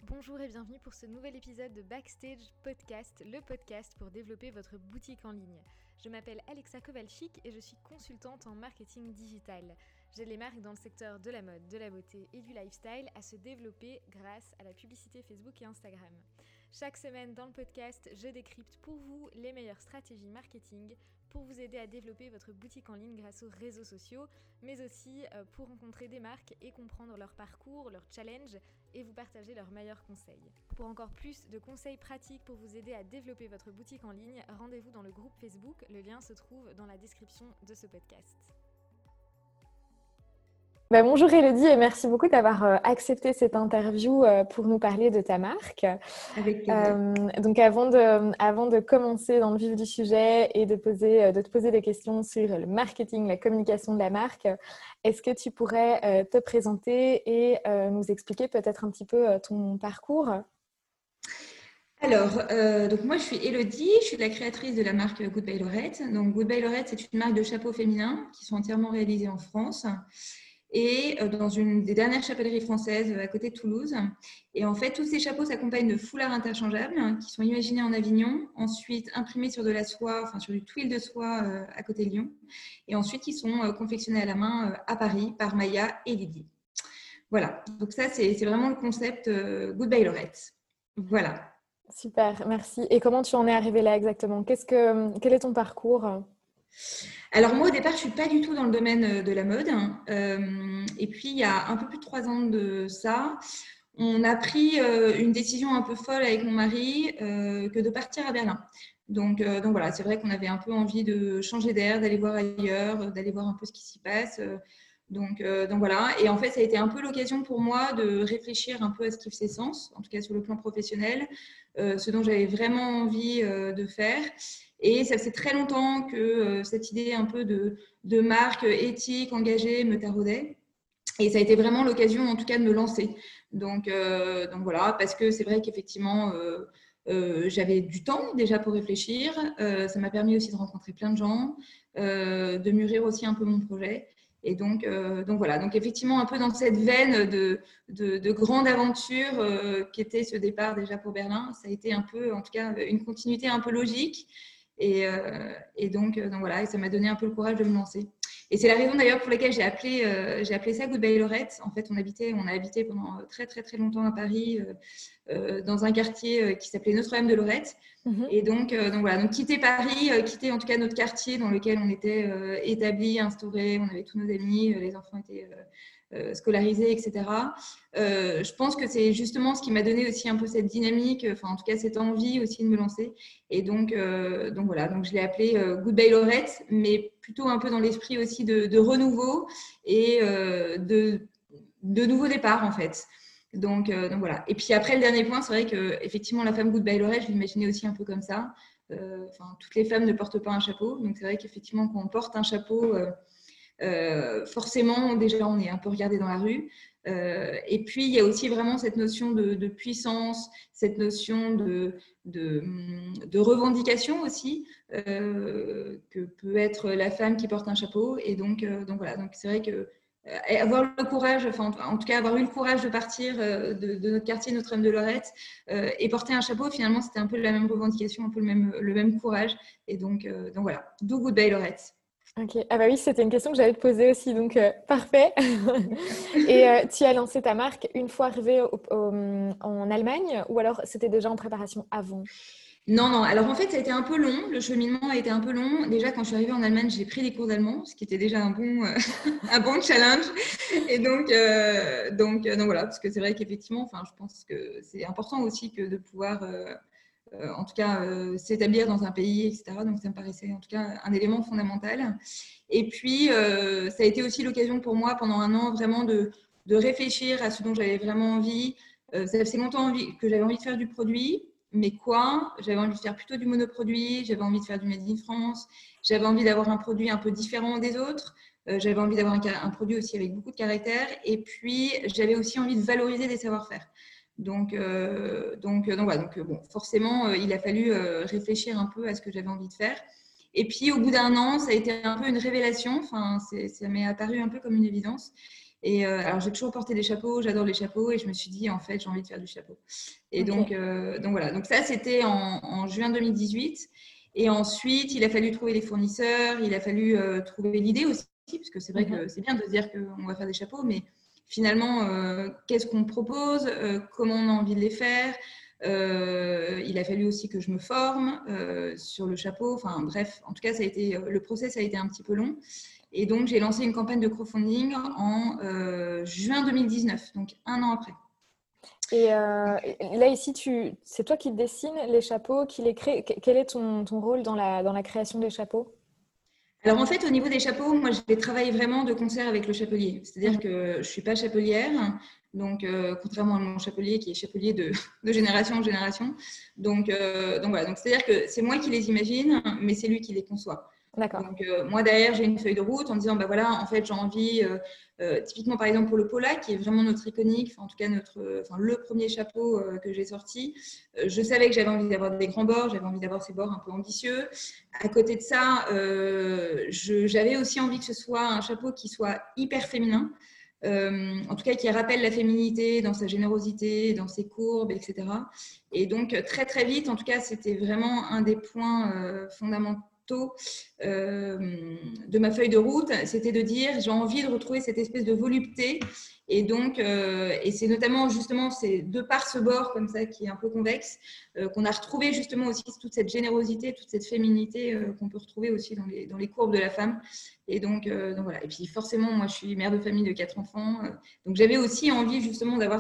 Bonjour et bienvenue pour ce nouvel épisode de Backstage Podcast, le podcast pour développer votre boutique en ligne. Je m'appelle Alexa Kowalczyk et je suis consultante en marketing digital. J'aide les marques dans le secteur de la mode, de la beauté et du lifestyle à se développer grâce à la publicité Facebook et Instagram. Chaque semaine dans le podcast, je décrypte pour vous les meilleures stratégies marketing pour vous aider à développer votre boutique en ligne grâce aux réseaux sociaux, mais aussi pour rencontrer des marques et comprendre leur parcours, leurs challenges et vous partager leurs meilleurs conseils. Pour encore plus de conseils pratiques pour vous aider à développer votre boutique en ligne, rendez-vous dans le groupe Facebook, le lien se trouve dans la description de ce podcast. Bonjour Élodie et merci beaucoup d'avoir accepté cette interview pour nous parler de ta marque. Avec plaisir. Donc avant de commencer dans le vif du sujet et de te poser des questions sur le marketing, la communication de la marque, est-ce que tu pourrais te présenter et nous expliquer peut-être un petit peu ton parcours ? Alors, donc moi je suis Élodie, je suis la créatrice de la marque Good by Lorette. Donc Good by Lorette, c'est une marque de chapeaux féminins qui sont entièrement réalisés en France et dans une des dernières chapelleries françaises à côté de Toulouse. Et en fait, tous ces chapeaux s'accompagnent de foulards interchangeables qui sont imaginés en Avignon, ensuite imprimés sur de la soie, enfin sur du twill de soie à côté de Lyon, et ensuite ils sont confectionnés à la main à Paris par Maya et Lydie. Voilà, donc ça c'est vraiment le concept Good by Lorette. Voilà. Super, merci. Et comment tu en es arrivée là exactement ? Quel est ton parcours ? Alors moi au départ je suis pas du tout dans le domaine de la mode et puis il y a un peu plus de 3 ans de ça, on a pris une décision un peu folle avec mon mari que de partir à Berlin. Donc voilà, c'est vrai qu'on avait un peu envie de changer d'air, d'aller voir ailleurs, d'aller voir un peu ce qui s'y passe. Donc voilà, et en fait ça a été un peu l'occasion pour moi de réfléchir un peu à ce qui faisait sens, en tout cas sur le plan professionnel, ce dont j'avais vraiment envie de faire. Et ça faisait très longtemps que cette idée un peu de marque éthique, engagée me taraudait. Et ça a été vraiment l'occasion en tout cas de me lancer. Donc voilà, parce que c'est vrai qu'effectivement j'avais du temps déjà pour réfléchir, ça m'a permis aussi de rencontrer plein de gens, de mûrir aussi un peu mon projet. Et donc voilà, donc effectivement un peu dans cette veine de grande aventure qui était ce départ déjà pour Berlin, ça a été un peu, en tout cas, une continuité un peu logique. Et donc voilà, et ça m'a donné un peu le courage de me lancer. Et c'est la raison d'ailleurs pour laquelle j'ai appelé ça Good by Lorette. En fait, on a habité pendant très très très longtemps à Paris, dans un quartier qui s'appelait Notre-Dame de Lorette. Et donc voilà, donc quitter Paris, quitter en tout cas notre quartier dans lequel on était établis, instaurés, on avait tous nos amis, les enfants étaient scolarisés, etc. Je pense que c'est justement ce qui m'a donné aussi un peu cette dynamique, enfin en tout cas cette envie aussi de me lancer. Et donc voilà, donc je l'ai appelé Good by Lorette, mais plutôt un peu dans l'esprit aussi de renouveau et de nouveaux départs en fait. Donc voilà. Et puis après, le dernier point, c'est vrai qu'effectivement, la femme Good by Lorette, je l'imaginais aussi un peu comme ça. Toutes les femmes ne portent pas un chapeau. Donc c'est vrai qu'effectivement, quand on porte un chapeau, forcément, déjà, on est un peu regardé dans la rue. Et puis, il y a aussi vraiment cette notion de puissance, cette notion de revendication aussi, que peut être la femme qui porte un chapeau. Et donc voilà. Donc c'est vrai que avoir le courage, enfin en tout cas avoir eu le courage de partir de notre quartier Notre-Dame de Lorette et porter un chapeau, finalement c'était un peu la même revendication, un peu le même courage. Et donc voilà, d'où Good by Lorette. Ok, ah bah oui, c'était une question que j'allais te poser aussi, donc parfait. Et tu as lancé ta marque une fois arrivée en Allemagne ou alors c'était déjà en préparation avant ? Non. Alors en fait, ça a été un peu long. Le cheminement a été un peu long. Déjà, quand je suis arrivée en Allemagne, j'ai pris des cours d'allemand, ce qui était déjà un bon challenge. Et donc voilà, parce que c'est vrai qu'effectivement, enfin, je pense que c'est important aussi que de pouvoir, en tout cas, s'établir dans un pays, etc. Donc ça me paraissait en tout cas un élément fondamental. Et puis, ça a été aussi l'occasion pour moi, pendant 1 an, vraiment de réfléchir à ce dont j'avais vraiment envie. Ça faisait longtemps que j'avais envie de faire du produit. Mais quoi ? J'avais envie de faire plutôt du monoproduit, j'avais envie de faire du Made in France, j'avais envie d'avoir un produit un peu différent des autres, j'avais envie d'avoir un produit aussi avec beaucoup de caractère, et puis j'avais aussi envie de valoriser des savoir-faire. Donc voilà, bon, forcément, il a fallu réfléchir un peu à ce que j'avais envie de faire. Et puis, au bout d'1 an, ça a été un peu une révélation, enfin, ça m'est apparu un peu comme une évidence. Et alors, j'ai toujours porté des chapeaux, j'adore les chapeaux et je me suis dit, en fait, j'ai envie de faire du chapeau. Et donc voilà. Donc ça, c'était en juin 2018. Et ensuite, il a fallu trouver les fournisseurs, il a fallu trouver l'idée aussi, parce que c'est vrai que c'est bien de se dire qu'on va faire des chapeaux, mais finalement, qu'est-ce qu'on propose, comment on a envie de les faire. Il a fallu aussi que je me forme sur le chapeau. Enfin bref, en tout cas, le process a été un petit peu long. Et donc, j'ai lancé une campagne de crowdfunding en juin 2019, donc un an après. Et là, ici, c'est toi qui dessines les chapeaux, qui les crée. Quel est ton rôle dans la création des chapeaux? Alors en fait, au niveau des chapeaux, moi, je vais travailler vraiment de concert avec le chapelier. C'est-à-dire que je ne suis pas chapelière, donc contrairement à mon chapelier qui est chapelier de génération en génération. Donc voilà, donc c'est-à-dire que c'est moi qui les imagine, mais c'est lui qui les conçoit. D'accord. Donc moi derrière, j'ai une feuille de route en disant, bah voilà, en fait, j'ai envie, typiquement par exemple pour le Paula, qui est vraiment notre iconique, en tout cas le premier chapeau que j'ai sorti, je savais que j'avais envie d'avoir des grands bords, j'avais envie d'avoir ces bords un peu ambitieux. À côté de ça, j'avais aussi envie que ce soit un chapeau qui soit hyper féminin. En tout cas, qui rappelle la féminité dans sa générosité, dans ses courbes, etc. Et donc, très, très vite, en tout cas, c'était vraiment un des points fondamentaux de ma feuille de route, c'était de dire j'ai envie de retrouver cette espèce de volupté. Et donc, et c'est notamment justement de par ce bord comme ça qui est un peu convexe, qu'on a retrouvé justement aussi toute cette générosité, toute cette féminité qu'on peut retrouver aussi dans les courbes de la femme. Et donc voilà. Et puis forcément, moi je suis mère de famille de 4 enfants, donc j'avais aussi envie justement d'avoir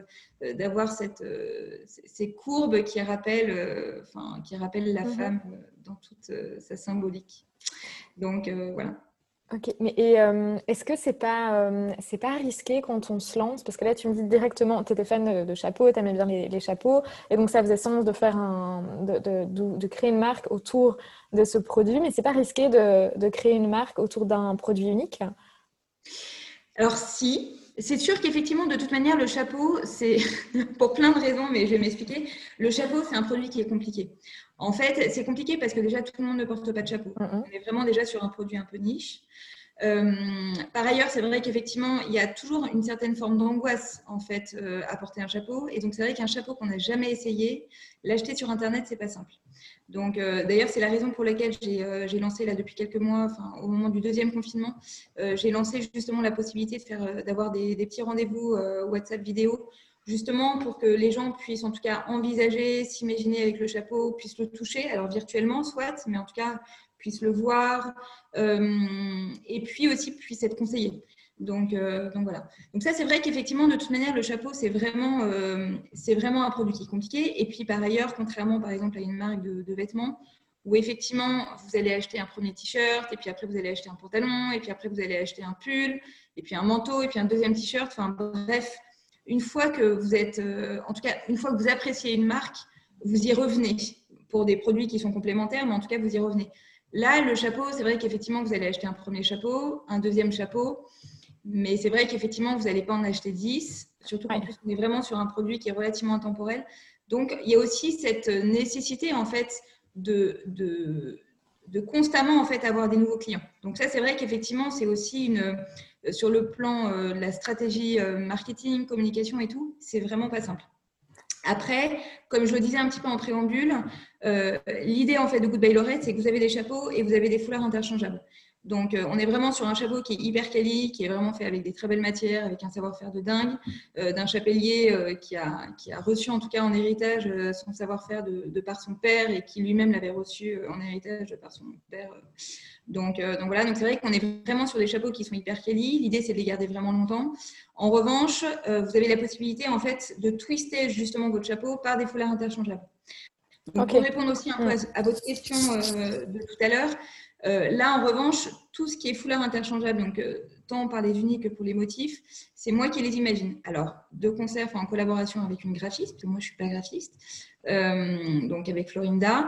ces courbes qui rappellent la femme dans toute sa symbolique. Donc voilà. Ok, mais est-ce que c'est pas risqué quand on se lance? Parce que là, tu me dis directement, tu étais fan de chapeaux, tu aimais bien les chapeaux, et donc ça faisait sens de faire de créer une marque autour de ce produit, mais c'est pas risqué de créer une marque autour d'un produit unique? Alors si, c'est sûr qu'effectivement, de toute manière, le chapeau, c'est pour plein de raisons, mais je vais m'expliquer. Le chapeau, c'est un produit qui est compliqué. En fait, c'est compliqué parce que déjà, tout le monde ne porte pas de chapeau. On est vraiment déjà sur un produit un peu niche. Par ailleurs, c'est vrai qu'effectivement, il y a toujours une certaine forme d'angoisse en fait à porter un chapeau. Et donc, c'est vrai qu'un chapeau qu'on n'a jamais essayé, l'acheter sur Internet, c'est pas simple. Donc, d'ailleurs, c'est la raison pour laquelle j'ai lancé là depuis quelques mois, au moment du deuxième confinement, j'ai lancé justement la possibilité d'avoir des petits rendez-vous WhatsApp vidéo, justement pour que les gens puissent en tout cas envisager, s'imaginer avec le chapeau, puissent le toucher, alors virtuellement soit, mais en tout cas puissent le voir, et puis aussi puissent être conseillés. Donc voilà. Donc ça, c'est vrai qu'effectivement, de toute manière, le chapeau, c'est vraiment un produit qui est compliqué. Et puis par ailleurs, contrairement par exemple à une marque de vêtements, où effectivement, vous allez acheter un premier t-shirt, et puis après, vous allez acheter un pantalon, et puis après, vous allez acheter un pull, et puis un manteau, et puis un deuxième t-shirt. Enfin bref, une fois que vous êtes, en tout cas, une fois que vous appréciez une marque, vous y revenez pour des produits qui sont complémentaires, mais en tout cas, vous y revenez. Là, le chapeau, c'est vrai qu'effectivement, vous allez acheter un premier chapeau, un deuxième chapeau, mais c'est vrai qu'effectivement, vous n'allez pas en acheter 10, surtout qu'en plus, on est vraiment sur un produit qui est relativement intemporel. Donc, il y a aussi cette nécessité, en fait, de constamment, en fait, avoir des nouveaux clients. Donc ça, c'est vrai qu'effectivement, c'est aussi sur le plan de la stratégie marketing, communication et tout, c'est vraiment pas simple. Après, comme je le disais un petit peu en préambule, l'idée en fait de Goodbye Lorette, c'est que vous avez des chapeaux et vous avez des foulards interchangeables. Donc, on est vraiment sur un chapeau qui est hyper quali, qui est vraiment fait avec des très belles matières, avec un savoir-faire de dingue, d'un chapelier qui a reçu en tout cas en héritage son savoir-faire de par son père et qui lui-même l'avait reçu en héritage de par son père. Donc voilà, donc c'est vrai qu'on est vraiment sur des chapeaux qui sont hyper quali. L'idée, c'est de les garder vraiment longtemps. En revanche, vous avez la possibilité en fait de twister justement votre chapeau par des foulards interchangeables. Donc, pour répondre aussi un peu à votre question de tout à l'heure, là, en revanche, tout ce qui est foulard interchangeable, donc tant par les unis que pour les motifs, c'est moi qui les imagine. Alors, de concert, en collaboration avec une graphiste, parce que moi, je ne suis pas graphiste, donc avec Florinda.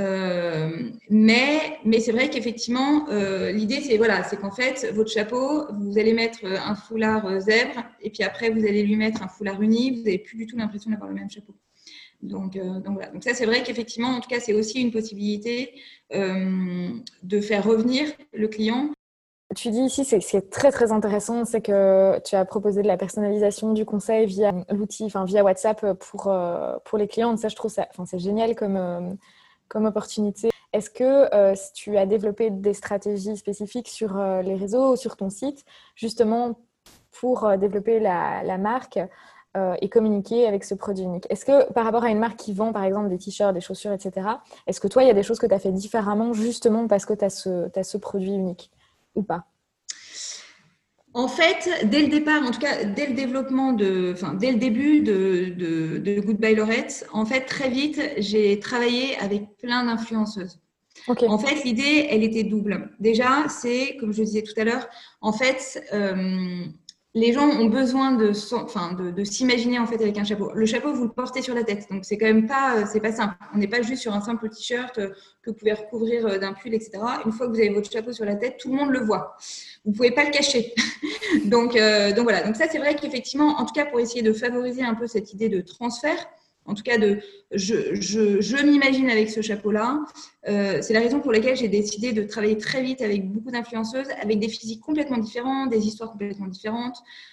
Mais c'est vrai qu'effectivement, l'idée, c'est qu'en fait, votre chapeau, vous allez mettre un foulard zèbre, et puis après, vous allez lui mettre un foulard uni, vous n'avez plus du tout l'impression d'avoir le même chapeau. Donc voilà. Donc ça, c'est vrai qu'effectivement, en tout cas, c'est aussi une possibilité de faire revenir le client Tu dis ici, ce qui est très très intéressant, c'est que tu as proposé de la personnalisation du conseil via l'outil, enfin via WhatsApp pour les clients. Ça, je trouve ça, enfin, c'est génial comme opportunité. Est-ce que si tu as développé des stratégies spécifiques sur les réseaux ou sur ton site, justement pour développer la marque et communiquer avec ce produit unique? Est-ce que par rapport à une marque qui vend par exemple des t-shirts, des chaussures, etc., est-ce que toi, il y a des choses que tu as fait différemment justement parce que tu as ce produit unique ou pas? En fait, dès le départ, en tout cas, dès le développement dès le début de Goodbye Lorette, en fait, très vite, j'ai travaillé avec plein d'influenceuses. Ok. En fait, l'idée, elle était double. Déjà, c'est, comme je disais tout à l'heure, en fait, les gens ont besoin de s'imaginer en fait avec un chapeau. Le chapeau, vous le portez sur la tête, donc c'est quand même pas, c'est pas simple. On n'est pas juste sur un simple t-shirt que vous pouvez recouvrir d'un pull, etc. Une fois que vous avez votre chapeau sur la tête, tout le monde le voit. Vous pouvez pas le cacher. donc voilà. Donc ça, c'est vrai qu'effectivement, en tout cas, pour essayer de favoriser un peu cette idée de transfert, en tout cas je m'imagine avec ce chapeau-là. C'est la raison pour laquelle j'ai décidé de travailler très vite avec beaucoup d'influenceuses, avec des physiques complètement différentes, des histoires complètement différentes.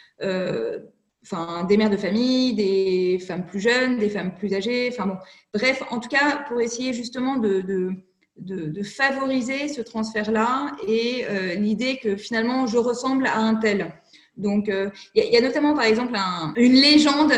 Des mères de famille, des femmes plus jeunes, des femmes plus âgées. Enfin bon, bref, en tout cas, pour essayer justement de favoriser ce transfert-là et l'idée que finalement, je ressemble à un tel. Donc, il y a notamment, par exemple, une légende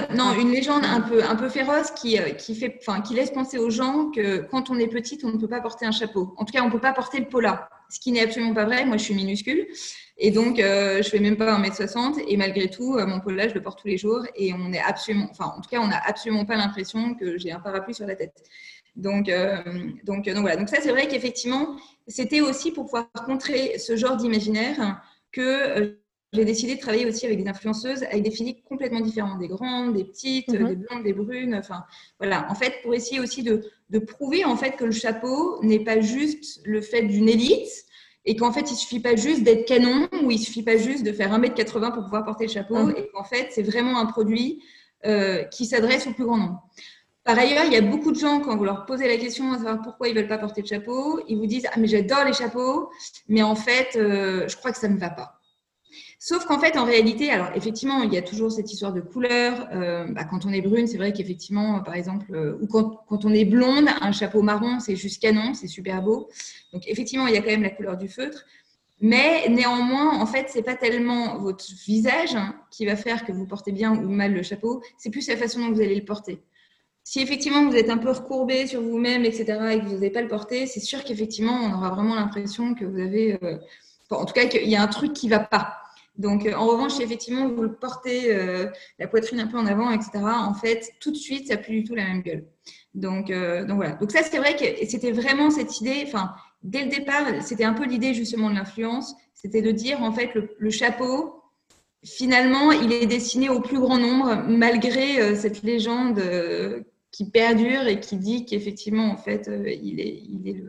un peu féroce qui laisse penser aux gens que quand on est petite, on ne peut pas porter un chapeau. En tout cas, on ne peut pas porter le pola, ce qui n'est absolument pas vrai. Moi, je suis minuscule et donc, je fais même pas 1m60 et malgré tout, mon pola, je le porte tous les jours et on n'a absolument pas l'impression que j'ai un parapluie sur la tête. Donc voilà. Donc ça, c'est vrai qu'effectivement, c'était aussi pour pouvoir contrer ce genre d'imaginaire que j'ai décidé de travailler aussi avec des influenceuses avec des physiques complètement différentes, des grandes, des petites, des blondes, des brunes. Enfin, voilà. En fait, pour essayer aussi de prouver en fait que le chapeau n'est pas juste le fait d'une élite et qu'en fait, il suffit pas juste d'être canon ou il suffit pas juste de faire 1m80 pour pouvoir porter le chapeau et qu'en fait, c'est vraiment un produit qui s'adresse au plus grand nombre. Par ailleurs, il y a beaucoup de gens, quand vous leur posez la question à savoir pourquoi ils ne veulent pas porter de chapeau, ils vous disent « Ah, mais j'adore les chapeaux, mais en fait, je crois que ça ne me va pas. » Sauf qu'en fait, en réalité, alors effectivement, il y a toujours cette histoire de couleur. Quand on est brune, c'est vrai qu'effectivement, par exemple, ou quand on est blonde, un chapeau marron, c'est juste canon, c'est super beau. Donc effectivement, il y a quand même la couleur du feutre. Mais néanmoins, en fait, c'est pas tellement votre visage qui va faire que vous portez bien ou mal le chapeau, c'est plus la façon dont vous allez le porter. Si effectivement vous êtes un peu recourbé sur vous-même, etc., et que vous n'osez pas le porter, c'est sûr qu'effectivement, on aura vraiment l'impression que vous avez... en tout cas, qu'il y a un truc qui ne va pas. Donc, en revanche, si effectivement vous le portez la poitrine un peu en avant, etc., en fait, tout de suite, ça n'a plus du tout la même gueule. Donc voilà. Donc ça, c'est vrai que c'était vraiment cette idée, dès le départ, c'était un peu l'idée justement de l'influence, c'était de dire, en fait, le chapeau, finalement, il est destiné au plus grand nombre, malgré cette légende qui perdure et qui dit qu'effectivement, en fait, il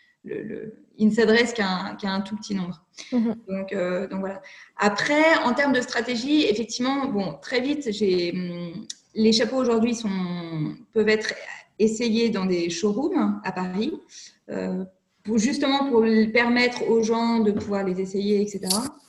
ne s'adresse qu'à un tout petit nombre. Donc voilà. Après, en termes de stratégie, effectivement, bon, très vite, les chapeaux aujourd'hui peuvent être essayés dans des showrooms à Paris, justement pour permettre aux gens de pouvoir les essayer, etc.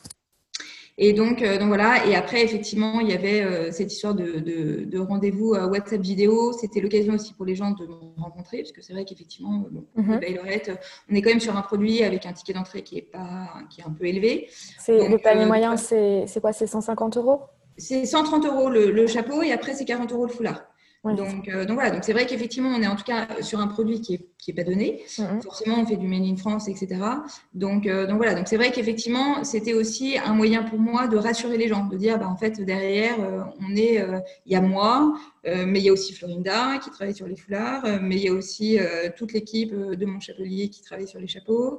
Et donc voilà. Et après, effectivement, il y avait cette histoire de rendez-vous WhatsApp vidéo. C'était l'occasion aussi pour les gens de me rencontrer, parce que c'est vrai qu'effectivement, Goodbye Lorette, on est quand même sur un produit avec un ticket d'entrée qui est un peu élevé. Donc, le panier moyen, c'est quoi? C'est 150 €? C'est 130 € le chapeau et après, c'est 40 € le foulard. Ouais, donc voilà, donc c'est vrai qu'effectivement, on est en tout cas sur un produit qui est pas donné. Forcément, on fait du Made in France, etc. Donc voilà, donc c'est vrai qu'effectivement, c'était aussi un moyen pour moi de rassurer les gens, de dire, en fait, derrière, il y a moi, mais il y a aussi Florinda qui travaille sur les foulards, mais il y a aussi toute l'équipe de mon chapelier qui travaille sur les chapeaux.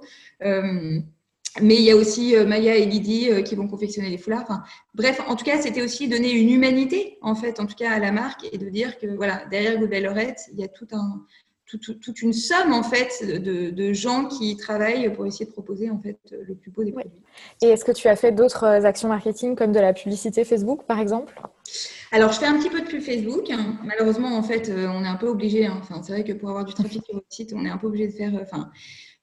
Mais il y a aussi Maya et Lydie qui vont confectionner les foulards. Bref, en tout cas, c'était aussi donner une humanité, en fait, en tout cas à la marque, et de dire que voilà, derrière Goodbye Lorette, il y a toute une somme en fait de gens qui travaillent pour essayer de proposer en fait le plus beau des produits. Et est-ce que tu as fait d'autres actions marketing comme de la publicité Facebook, par exemple? Alors, je fais un petit peu de pub Facebook. Malheureusement, en fait, on est un peu obligé. C'est vrai que pour avoir du trafic sur votre site, on est un peu obligé de faire.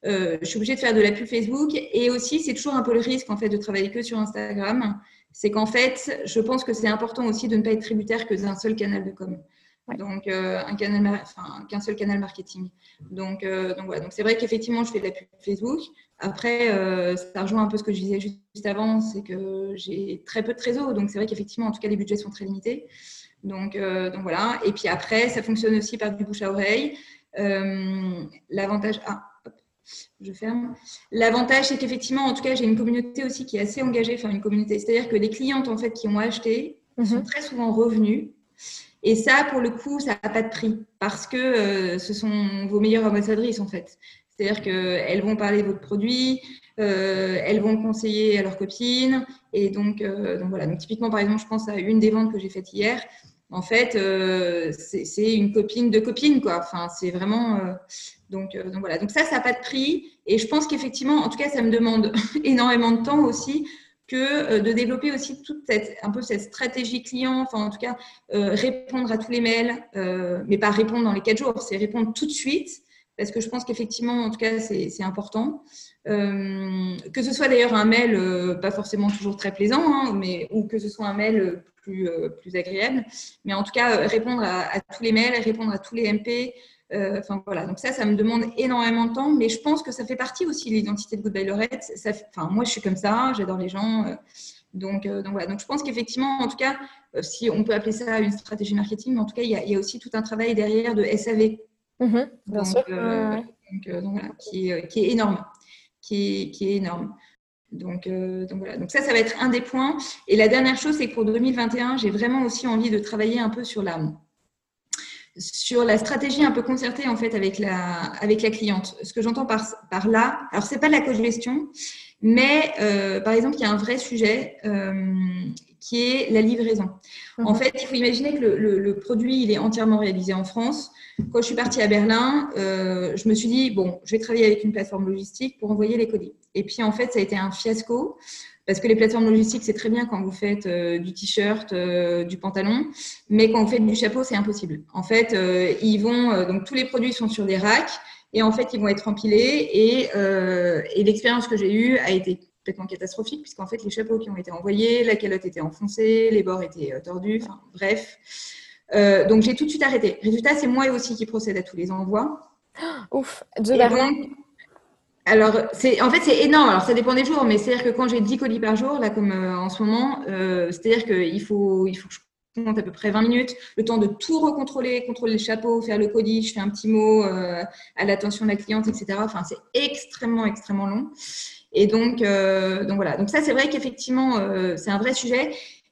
je suis obligée de faire de la pub Facebook. Et aussi, c'est toujours un peu le risque en fait de travailler que sur Instagram. C'est qu'en fait, je pense que c'est important aussi de ne pas être tributaire que d'un seul canal de com. Ouais. Donc, qu'un seul canal marketing. Donc voilà. Donc, c'est vrai qu'effectivement, je fais de la pub Facebook. Après, ça rejoint un peu ce que je disais juste avant, c'est que j'ai très peu de trésor. Donc, c'est vrai qu'effectivement, en tout cas, les budgets sont très limités. Donc voilà. Et puis après, ça fonctionne aussi par du bouche à oreille. L'avantage... je ferme. L'avantage, c'est qu'effectivement, en tout cas, j'ai une communauté aussi qui est assez engagée. Enfin, une communauté. C'est-à-dire que les clientes, en fait, qui ont acheté sont très souvent revenues. Et ça, pour le coup, ça n'a pas de prix parce que ce sont vos meilleures ambassadrices, en fait. C'est-à-dire qu'elles vont parler de votre produit, elles vont le conseiller à leurs copines. Et donc voilà. Donc, typiquement, par exemple, je pense à une des ventes que j'ai faites hier. En fait, c'est une copine de copine, quoi. Enfin, c'est vraiment… donc voilà. Donc ça n'a pas de prix. Et je pense qu'effectivement, en tout cas, ça me demande énormément de temps aussi que de développer aussi un peu cette stratégie client, enfin en tout cas répondre à tous les mails, mais pas répondre dans les 4 jours, c'est répondre tout de suite, parce que je pense qu'effectivement, en tout cas, c'est important. Que ce soit d'ailleurs un mail pas forcément toujours très plaisant, hein, ou que ce soit un mail plus agréable, mais en tout cas répondre à tous les mails, répondre à tous les MP. Enfin voilà, donc ça me demande énormément de temps, mais je pense que ça fait partie aussi de l'identité de Goodbye Lorette. Moi, je suis comme ça, j'adore les gens, donc voilà. Donc je pense qu'effectivement, en tout cas, si on peut appeler ça une stratégie marketing, mais en tout cas, il y a aussi tout un travail derrière de SAV, bien sûr. donc voilà, qui est énorme, qui est énorme. Donc voilà. Donc ça va être un des points. Et la dernière chose, c'est que pour 2021, j'ai vraiment aussi envie de travailler un peu sur la stratégie un peu concertée en fait avec la cliente. Ce que j'entends par là, alors c'est pas de la co-gestion, mais par exemple, il y a un vrai sujet qui est la livraison. En fait, il faut imaginer que le produit, il est entièrement réalisé en France. Quand je suis partie à Berlin, je me suis dit, bon, je vais travailler avec une plateforme logistique pour envoyer les colis. Et puis, en fait, ça a été un fiasco parce que les plateformes logistiques, c'est très bien quand vous faites du t-shirt, du pantalon, mais quand vous faites du chapeau, c'est impossible. En fait, donc tous les produits sont sur des racks et en fait, ils vont être empilés et l'expérience que j'ai eue a été complètement catastrophique puisqu'en fait, les chapeaux qui ont été envoyés, la calotte était enfoncée, les bords étaient tordus, enfin bref. Donc, j'ai tout de suite arrêté. Résultat, c'est moi aussi qui procède à tous les envois. Ouf, de Berlin. Alors, en fait, c'est énorme. Alors, ça dépend des jours, mais c'est-à-dire que quand j'ai 10 colis par jour, là, comme en ce moment, c'est-à-dire qu'il faut que je compte à peu près 20 minutes, le temps de tout recontrôler, contrôler le chapeau, faire le colis, je fais un petit mot à l'attention de la cliente, etc. Enfin, c'est extrêmement, extrêmement long. Et donc voilà. Donc ça, c'est vrai qu'effectivement, c'est un vrai sujet.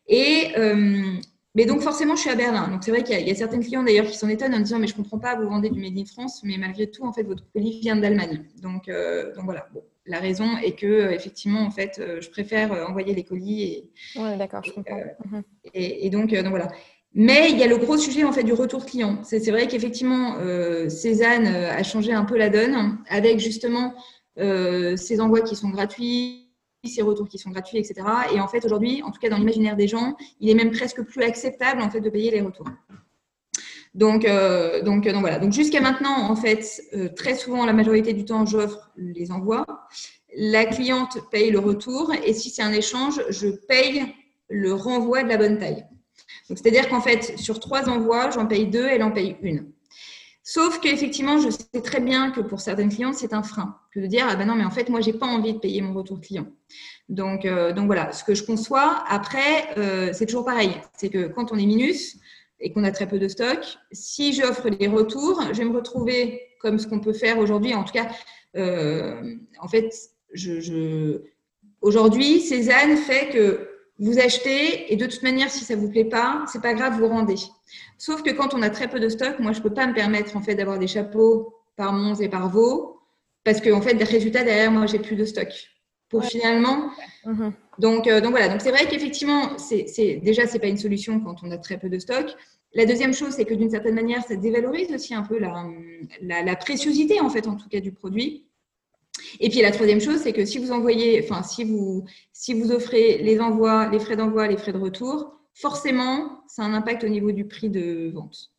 Mais donc, forcément, je suis à Berlin. Donc, c'est vrai qu'il y a certains clients, d'ailleurs, qui s'en étonnent en disant « Mais je ne comprends pas, vous vendez du Made in France, mais malgré tout, en fait, votre colis vient d'Allemagne. » Donc voilà. Bon, la raison est que, effectivement, en fait, je préfère envoyer les colis. Oui, d'accord, je comprends. Et donc voilà. Mais il y a le gros sujet, en fait, du retour client. C'est vrai qu'effectivement, Cézanne a changé un peu la donne avec, justement, ces envois qui sont gratuits, ces retours qui sont gratuits, etc. Et en fait, aujourd'hui, en tout cas dans l'imaginaire des gens, il est même presque plus acceptable en fait de payer les retours. Donc voilà. Donc jusqu'à maintenant, en fait, très souvent, la majorité du temps, j'offre les envois. La cliente paye le retour et si c'est un échange, je paye le renvoi de la bonne taille. Donc c'est-à-dire qu'en fait, sur 3 envois, j'en paye 2, elle en paye 1. Sauf qu'effectivement, je sais très bien que pour certaines clientes, c'est un frein que de dire « Ah ben non, mais en fait, moi, je n'ai pas envie de payer mon retour client. » Donc voilà, ce que je conçois. Après, c'est toujours pareil. C'est que quand on est minus et qu'on a très peu de stock, si j'offre les retours, je vais me retrouver comme ce qu'on peut faire aujourd'hui. En tout cas, en fait, aujourd'hui, Cézanne fait que vous achetez et de toute manière, si ça ne vous plaît pas, ce n'est pas grave, vous rendez. Sauf que quand on a très peu de stock, moi, je ne peux pas me permettre en fait, d'avoir des chapeaux par Mons et par Vaux parce qu'en fait, des résultats derrière, moi, j'ai plus de stock. Pour finalement… Donc voilà. Donc, c'est vrai qu'effectivement, déjà, ce n'est pas une solution quand on a très peu de stock. La deuxième chose, c'est que d'une certaine manière, ça dévalorise aussi un peu la préciosité, en fait, en tout cas, du produit. Et puis, la troisième chose, c'est que si vous envoyez, enfin, si vous offrez les envois, les frais d'envoi, les frais de retour, forcément, ça a un impact au niveau du prix de vente.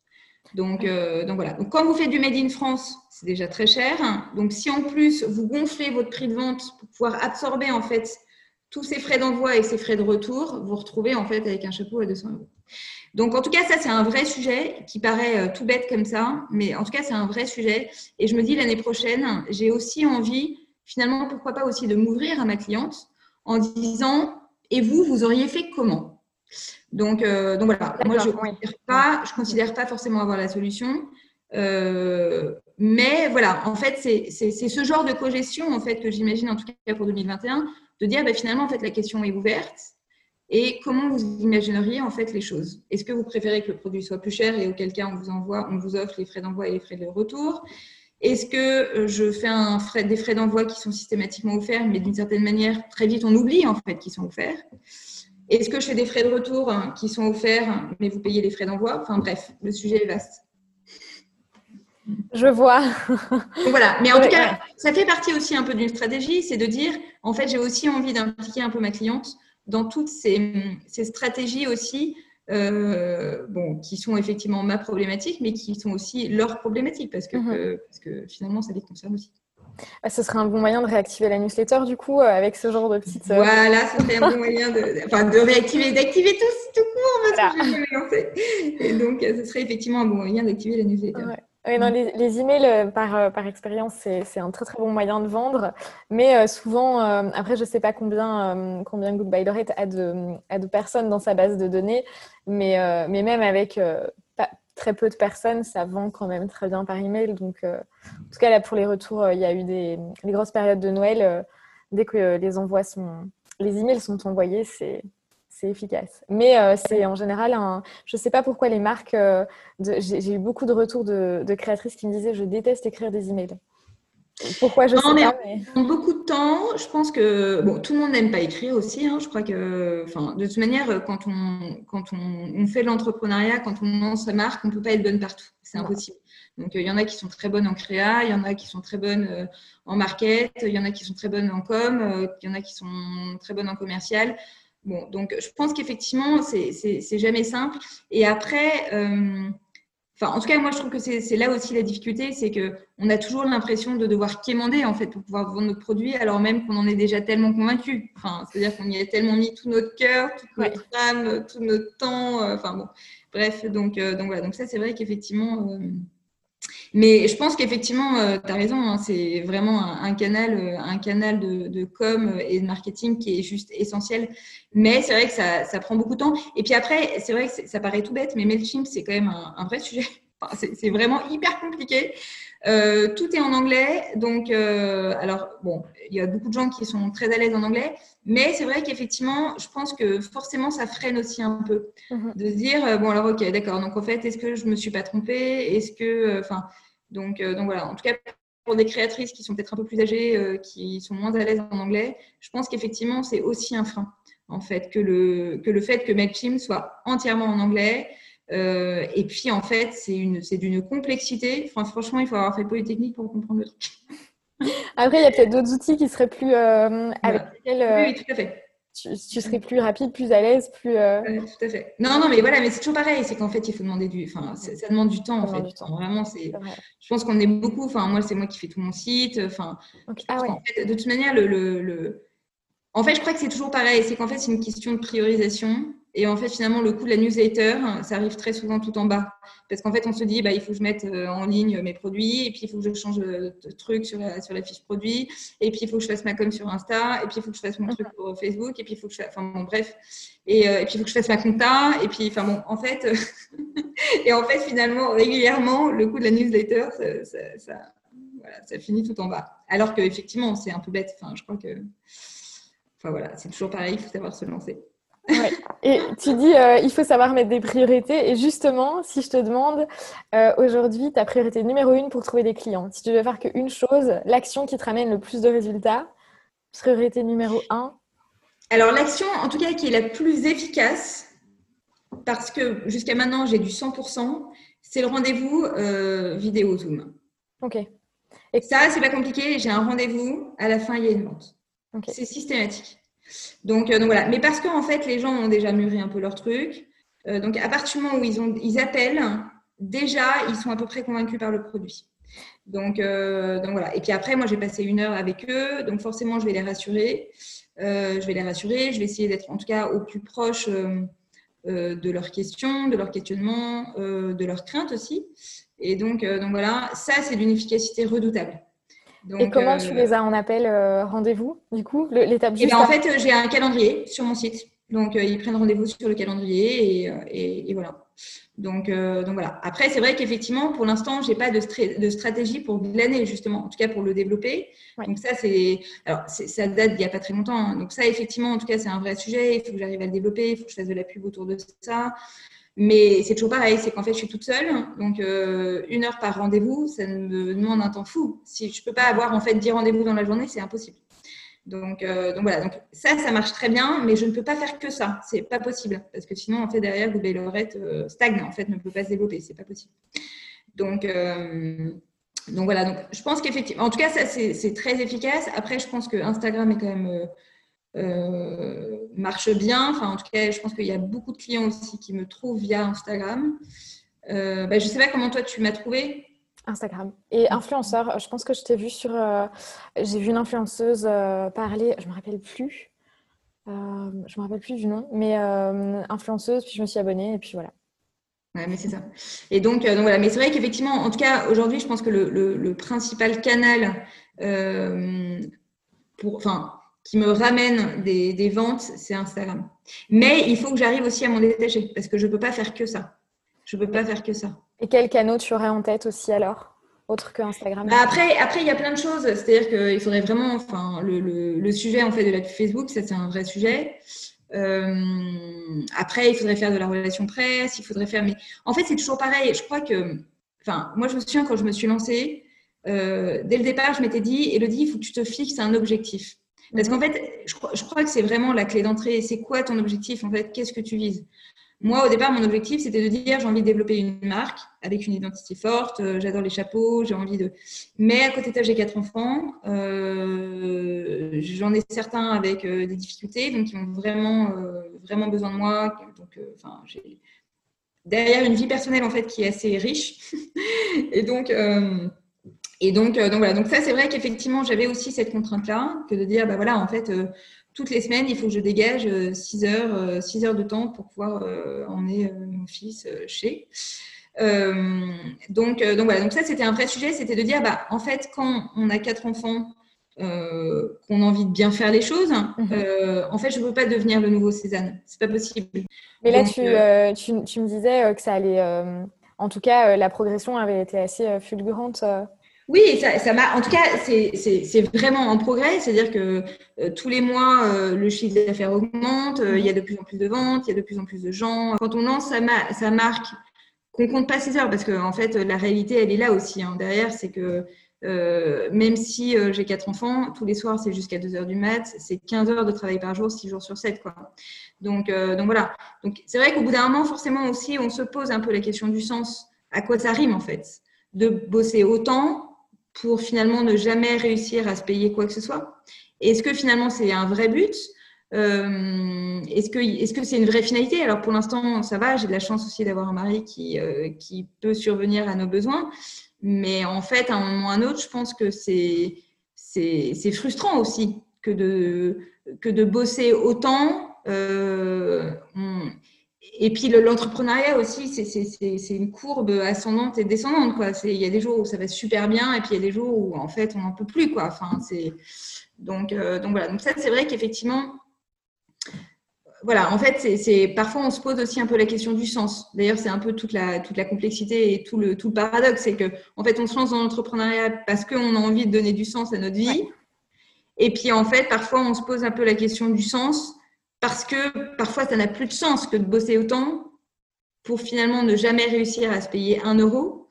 Donc voilà. Donc, quand vous faites du Made in France, c'est déjà très cher. Donc, si en plus, vous gonflez votre prix de vente pour pouvoir absorber en fait tous ces frais d'envoi et ces frais de retour, vous vous retrouvez en fait avec un chapeau à 200 euros. Donc, en tout cas, ça, c'est un vrai sujet qui paraît tout bête comme ça. Mais en tout cas, c'est un vrai sujet. Et je me dis, l'année prochaine, j'ai aussi envie, finalement, pourquoi pas aussi de m'ouvrir à ma cliente en disant, et vous, vous auriez fait comment ? Donc voilà, moi, je ne considère pas forcément avoir la solution. Mais voilà, en fait, c'est ce genre de cogestion en fait, que j'imagine, en tout cas pour 2021, de dire, finalement, en fait, la question est ouverte. Et comment vous imagineriez en fait les choses ? Est-ce que vous préférez que le produit soit plus cher et auquel cas on vous offre les frais d'envoi et les frais de retour ? Est-ce que je fais des frais d'envoi qui sont systématiquement offerts, mais d'une certaine manière, très vite, on oublie en fait qu'ils sont offerts ? Est-ce que je fais des frais de retour qui sont offerts, mais vous payez les frais d'envoi ? Enfin bref, le sujet est vaste. Je vois. Donc voilà, mais en tout cas, ça fait partie aussi un peu d'une stratégie, c'est de dire, en fait, j'ai aussi envie d'impliquer un peu ma cliente dans toutes ces stratégies aussi, qui sont effectivement ma problématique, mais qui sont aussi leur problématique, parce que finalement, ça les concerne aussi. Ce serait un bon moyen de réactiver la newsletter, du coup, avec ce genre de petites... Voilà, ce serait un bon moyen d'activer tout court, parce que je vais lancer. Et donc, ce serait effectivement un bon moyen d'activer la newsletter. Ouais. Oui, non, les emails, par expérience, c'est un très très bon moyen de vendre. Mais souvent, après, je ne sais pas combien Goodbye Lorette a de personnes dans sa base de données. Mais même avec très peu de personnes, ça vend quand même très bien par email. Donc, en tout cas, là, pour les retours, il y a eu les grosses périodes de Noël. Dès que les emails sont envoyés, c'est efficace. Mais c'est en général je ne sais pas pourquoi les marques... j'ai eu beaucoup de retours de créatrices qui me disaient « Je déteste écrire des emails ». Pourquoi, je ne sais pas. Mais... On a beaucoup de temps. Je pense que tout le monde n'aime pas écrire aussi. Je crois que, de toute manière, quand on fait de l'entrepreneuriat, quand on lance sa marque, on ne peut pas être bonne partout. C'est impossible. Donc, il y en a qui sont très bonnes en créa, il y en a qui sont très bonnes en market, il y en a qui sont très bonnes en com, il y en a qui sont très bonnes en commercial. Bon, donc je pense qu'effectivement, c'est jamais simple. Et après, en tout cas, moi, je trouve que c'est là aussi la difficulté, c'est qu'on a toujours l'impression de devoir quémander, en fait, pour pouvoir vendre notre produit, alors même qu'on en est déjà tellement convaincu. C'est-à-dire qu'on y a tellement mis tout notre cœur, toute notre âme, tout notre temps. Bref, donc voilà. Donc ça, c'est vrai qu'effectivement... Mais je pense qu'effectivement, tu as raison, c'est vraiment un canal de com et de marketing qui est juste essentiel. Mais c'est vrai que ça prend beaucoup de temps. Et puis après, c'est vrai que ça paraît tout bête, mais Mailchimp, c'est quand même un vrai sujet. C'est vraiment hyper compliqué. Tout est en anglais. Donc, alors, il y a beaucoup de gens qui sont très à l'aise en anglais. Mais c'est vrai qu'effectivement, je pense que forcément, ça freine aussi un peu. De se dire, alors, ok, d'accord. Donc, en fait, est-ce que je ne me suis pas trompée ? Est-ce que... Donc voilà, en tout cas, pour des créatrices qui sont peut-être un peu plus âgées, qui sont moins à l'aise en anglais, je pense qu'effectivement, c'est aussi un frein, en fait, que le fait que Mailchimp soit entièrement en anglais. Et puis, en fait, c'est d'une complexité. Franchement, il faut avoir fait Polytechnique pour comprendre le truc. Après, il y a peut-être d'autres outils qui seraient plus... avec lesquels, oui, tout à fait. Tu serais plus rapide, plus à l'aise, plus... tout à fait. Non, mais voilà, mais c'est toujours pareil. C'est qu'en fait, il faut demander ça demande du temps, en fait. Vraiment, je pense qu'on est beaucoup... moi, c'est moi qui fais tout mon site. En fait, de toute manière, en fait, je crois que c'est toujours pareil. C'est qu'en fait, c'est une question de priorisation. Et en fait, finalement, le coût de la newsletter, ça arrive très souvent tout en bas. Parce qu'en fait, on se dit, il faut que je mette en ligne mes produits. Et puis, il faut que je change de truc sur la fiche produit. Et puis, il faut que je fasse ma com sur Insta. Et puis, il faut que je fasse mon truc pour Facebook. Et puis, il faut que je fasse... bref. Et puis, il faut que je fasse ma compta. Et puis, en fait... et en fait, finalement, régulièrement, le coût de la newsletter, ça finit tout en bas. Alors qu'effectivement, c'est un peu bête. Je crois que... voilà, c'est toujours pareil, il faut savoir se lancer. Ouais. Et tu dis, il faut savoir mettre des priorités. Et justement, si je te demande aujourd'hui ta priorité numéro 1 pour trouver des clients, si tu devais faire qu'une chose, l'action qui te ramène le plus de résultats, priorité numéro 1. Alors, l'action, en tout cas, qui est la plus efficace, parce que jusqu'à maintenant, j'ai du 100%, c'est le rendez-vous vidéo Zoom. Ok. Et ça, c'est pas compliqué. J'ai un rendez-vous, à la fin, il y a une vente. Okay. C'est systématique. Donc voilà. Mais parce qu'en fait, les gens ont déjà mûri un peu leur truc. Donc, à partir du moment où ils appellent, déjà, ils sont à peu près convaincus par le produit. Donc voilà. Et puis après, moi, j'ai passé 1 heure avec eux. Donc forcément, je vais les rassurer. Je vais essayer d'être en tout cas au plus proche de leurs questions, de leurs questionnements, de leurs craintes aussi. Et donc voilà, ça, c'est d'une efficacité redoutable. Et Donc, comment tu les as en appel rendez-vous, du coup, l'étape et juste bien, en avant? fait, j'ai un calendrier sur mon site. Donc, ils prennent rendez-vous sur le calendrier et voilà. Donc voilà. Après, c'est vrai qu'effectivement, pour l'instant, j'ai pas de stratégie pour glaner, justement, en tout cas pour le développer. Ouais. Donc ça, ça date d'il n'y a pas très longtemps. Hein. Donc ça, effectivement, en tout cas, c'est un vrai sujet. Il faut que j'arrive à le développer. Il faut que je fasse de la pub autour de ça. Mais c'est toujours pareil, c'est qu'en fait, je suis toute seule. Donc, 1 heure par rendez-vous, ça me demande un temps fou. Si je peux pas avoir en fait 10 rendez-vous dans la journée, c'est impossible. Donc voilà, donc ça marche très bien, mais je ne peux pas faire que ça, c'est pas possible, parce que sinon en fait derrière Good Bay Lorette stagne, en fait ne peut pas se développer, c'est pas possible. Donc voilà, donc je pense qu'effectivement, en tout cas ça c'est très efficace. Après je pense que Instagram est quand même marche bien, enfin en tout cas je pense qu'il y a beaucoup de clients aussi qui me trouvent via Instagram. Je sais pas comment toi tu m'as trouvé. Instagram. Et influenceur, je pense que je t'ai vu sur... j'ai vu une influenceuse parler, je me rappelle plus. Je me rappelle plus du nom, mais influenceuse, puis je me suis abonnée, et puis voilà. Ouais, mais c'est ça. Et donc voilà. Mais c'est vrai qu'effectivement, en tout cas, aujourd'hui, je pense que le principal canal qui me ramène des ventes, c'est Instagram. Mais il faut que j'arrive aussi à m'en détacher parce que je ne peux pas faire que ça. Je ne peux pas faire que ça. Et quel canal tu aurais en tête aussi alors, autre que Instagram? Après, il y a plein de choses. C'est-à-dire qu'il faudrait vraiment, enfin, le sujet en fait de la pub Facebook, ça c'est un vrai sujet. Après, il faudrait faire de la relation presse, il faudrait faire. Mais en fait, c'est toujours pareil. Je crois que, enfin, moi, je me souviens quand je me suis lancée, dès le départ, je m'étais dit, Élodie, il faut que tu te fixes un objectif. Parce qu'en fait, je crois que c'est vraiment la clé d'entrée. C'est quoi ton objectif en fait? Qu'est-ce que tu vises? Moi, au départ, mon objectif, c'était de dire j'ai envie de développer une marque avec une identité forte. J'adore les chapeaux, j'ai envie de. Mais à côté de ça, j'ai 4 enfants. J'en ai certains avec des difficultés, donc ils ont vraiment besoin de moi. Donc, j'ai derrière une vie personnelle en fait qui est assez riche. Et donc voilà. Donc ça, c'est vrai qu'effectivement, j'avais aussi cette contrainte-là, que de dire, bah voilà, en fait, toutes les semaines, il faut que je dégage 6 heures de temps pour pouvoir emmener mon fils chez. Donc voilà. Donc ça, c'était un vrai sujet, c'était de dire, bah en fait, quand on a 4 enfants, qu'on a envie de bien faire les choses, en fait, je ne peux pas devenir le nouveau Cézanne. C'est pas possible. Mais là, Donc, tu me disais que ça allait. En tout cas, la progression avait été assez fulgurante. Oui, ça m'a. En tout cas, c'est vraiment en progrès. C'est-à-dire que tous les mois, le chiffre d'affaires augmente. Il y a de plus en plus de ventes, il y a de plus en plus de gens. Quand on lance sa marque, qu'on compte pas ses heures, parce que en fait, la réalité, elle est là aussi. Hein. Derrière, c'est que même si j'ai 4 enfants, tous les soirs, c'est jusqu'à 2 heures du mat. C'est 15 heures de travail par jour, 6 jours sur 7, quoi. Donc voilà. Donc c'est vrai qu'au bout d'un moment, forcément aussi, on se pose un peu la question du sens. À quoi ça rime en fait, de bosser autant pour finalement ne jamais réussir à se payer quoi que ce soit? Est-ce que finalement c'est un vrai but? Est-ce que c'est une vraie finalité? Alors pour l'instant, ça va, j'ai de la chance aussi d'avoir un mari qui peut survenir à nos besoins. Mais en fait, à un moment ou à un autre, je pense que c'est frustrant aussi que de bosser autant. Et puis l'entrepreneuriat aussi, c'est une courbe ascendante et descendante, quoi. Il y a des jours où ça va super bien et puis il y a des jours où en fait on n'en peut plus, quoi. Enfin, donc voilà. Donc ça, c'est vrai qu'effectivement, voilà, en fait, parfois on se pose aussi un peu la question du sens. D'ailleurs, c'est un peu toute la complexité et tout le paradoxe, c'est que en fait on se lance dans l'entrepreneuriat parce qu'on a envie de donner du sens à notre vie. Ouais. Et puis en fait, parfois on se pose un peu la question du sens. Parce que parfois, ça n'a plus de sens que de bosser autant pour finalement ne jamais réussir à se payer 1 euro.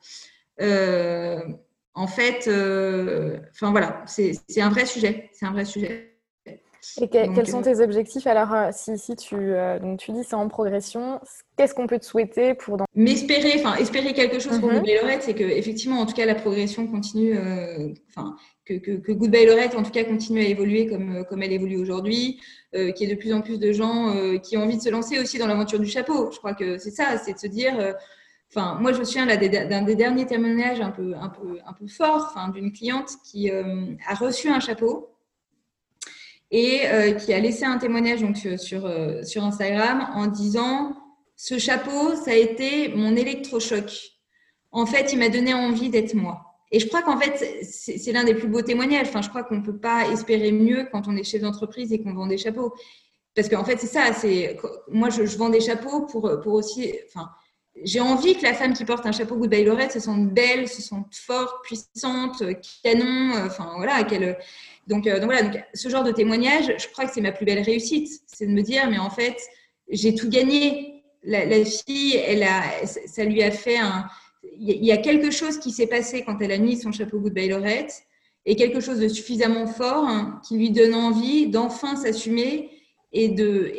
En fait, voilà, c'est un vrai sujet. C'est un vrai sujet. Et quels sont tes objectifs? Alors, si donc tu dis c'est en progression, qu'est-ce qu'on peut te souhaiter pour espérer quelque chose pour Good Bay Lorette, c'est que effectivement, en tout cas, la progression continue. Que Good Bay Lorette, en tout cas, continue à évoluer comme elle évolue aujourd'hui, qu'il y ait de plus en plus de gens qui ont envie de se lancer aussi dans l'aventure du chapeau. Je crois que c'est ça, c'est de se dire, Enfin, moi, je me souviens là, d'un des derniers témoignages un peu fort, d'une cliente qui a reçu un chapeau et qui a laissé un témoignage donc, sur Instagram en disant « Ce chapeau, ça a été mon électrochoc. En fait, il m'a donné envie d'être moi. » Et je crois qu'en fait, c'est l'un des plus beaux témoignages. Enfin, je crois qu'on ne peut pas espérer mieux quand on est chef d'entreprise et qu'on vend des chapeaux. Parce qu'en fait, c'est ça. Moi, je vends des chapeaux pour aussi… Enfin, j'ai envie que la femme qui porte un chapeau Goodbye Lorette se sente belle, se sente forte, puissante, canon. Enfin, voilà. Donc, voilà. Donc, ce genre de témoignage, je crois que c'est ma plus belle réussite. C'est de me dire, mais en fait, j'ai tout gagné. La fille, ça lui a fait un… Il y a quelque chose qui s'est passé quand elle a mis son chapeau Goodbye Lorette et quelque chose de suffisamment fort qui lui donne envie d'enfin s'assumer et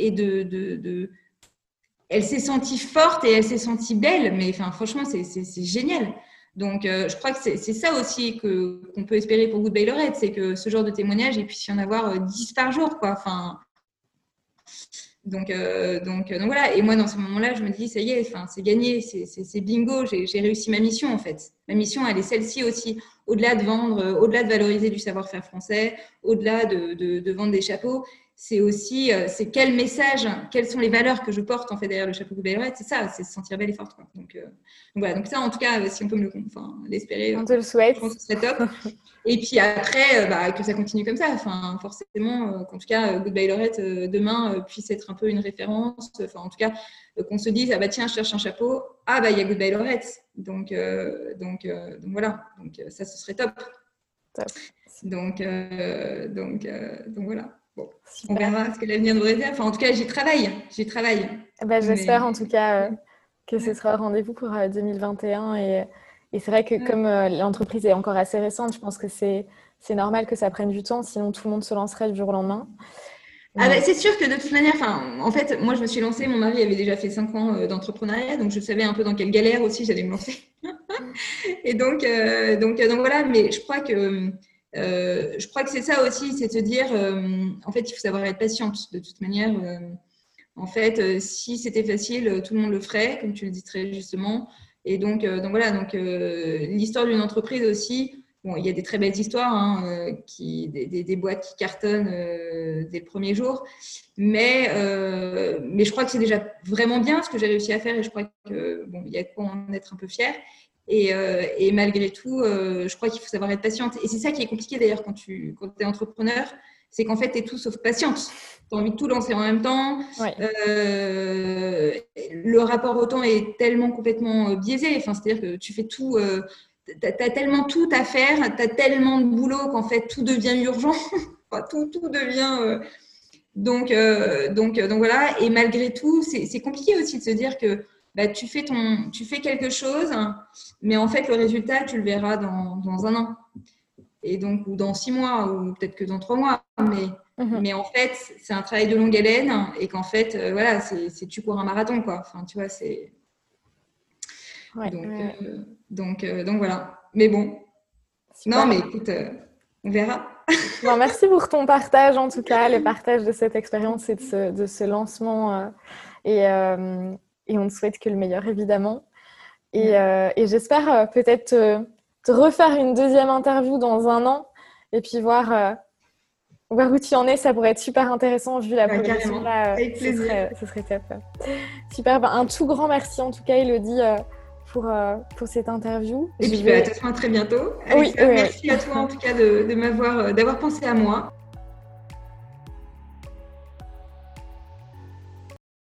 elle s'est sentie forte et elle s'est sentie belle. Mais enfin, franchement, c'est génial. Donc, je crois que c'est ça aussi qu'on peut espérer pour Goodbye Lorette, c'est que ce genre de témoignage, il puisse y en avoir 10 par jour, quoi. Enfin… Donc voilà. Et moi, dans ce moment-là, je me dis, ça y est, c'est gagné, c'est bingo, j'ai réussi ma mission, en fait. Ma mission, elle est celle-ci aussi. Au-delà de vendre, au-delà de valoriser du savoir-faire français, au-delà de vendre des chapeaux, c'est aussi, c'est quel message, quelles sont les valeurs que je porte, en fait, derrière le chapeau Goodbye Lorette. C'est ça, c'est se sentir belle et forte, quoi. Donc voilà. Donc ça, en tout cas, si on peut l'espérer, on te le souhaite. Je pense que ce serait top. Et puis après, que ça continue comme ça. Enfin, forcément, qu'en tout cas, Goodbye Lorette, demain, puisse être un peu une référence. Enfin, en tout cas, qu'on se dise, ah bah tiens, je cherche un chapeau. Ah bah, il y a Goodbye Lorette. Donc voilà. Donc ça, ce serait top. Donc voilà. Bon, on verra ce que l'avenir nous réserve. Enfin, en tout cas, j'y travaille. Bah, j'espère en tout cas que ce sera rendez-vous pour 2021 et c'est vrai que comme l'entreprise est encore assez récente, je pense que c'est normal que ça prenne du temps, sinon tout le monde se lancerait du jour au lendemain. Ah bah, c'est sûr que de toute manière, en fait, moi je me suis lancée, mon mari avait déjà fait 5 ans d'entrepreneuriat, donc je savais un peu dans quelle galère aussi j'allais me lancer. Et donc voilà, mais je crois que c'est ça aussi, c'est de se dire, en fait, il faut savoir être patiente de toute manière. En fait, si c'était facile, tout le monde le ferait, comme tu le dis très justement. Et donc voilà, l'histoire d'une entreprise aussi, bon, il y a des très belles histoires, des boîtes qui cartonnent dès le premier jour, mais je crois que c'est déjà vraiment bien ce que j'ai réussi à faire et je crois que bon, il y a quoi en être un peu fier. Et malgré tout, je crois qu'il faut savoir être patiente. Et c'est ça qui est compliqué d'ailleurs quand tu es entrepreneur, c'est qu'en fait, tu es tout sauf patiente. Tu as envie de tout lancer en même temps. Ouais. Le rapport au temps est tellement complètement biaisé. Enfin, c'est-à-dire que tu fais tout, tu as tellement tout à faire, tu as tellement de boulot qu'en fait, tout devient urgent. Enfin, tout devient… Donc voilà. Et malgré tout, c'est compliqué aussi de se dire que bah, tu fais quelque chose, mais en fait, le résultat, tu le verras dans 1 an. Et donc, ou dans 6 mois, ou peut-être que dans 3 mois. Mais en fait, c'est un travail de longue haleine et qu'en fait, voilà, c'est tu cours un marathon, quoi. Enfin, tu vois, c'est… Ouais, donc voilà. Mais bon. Super. Non, mais écoute, on verra. Bon, merci pour ton partage, en tout cas, le partage de cette expérience et de ce lancement. Et on te souhaite que le meilleur, évidemment. Et j'espère peut-être te refaire une deuxième interview dans 1 an et puis voir où tu en es. Ça pourrait être super intéressant vu la progression. Là, avec plaisir. Ce serait top. Super. Un tout grand merci, en tout cas, Élodie, pour cette interview. Et puis, de toute façon, à très bientôt. Alexa, merci à toi, en tout cas, d'avoir pensé à moi.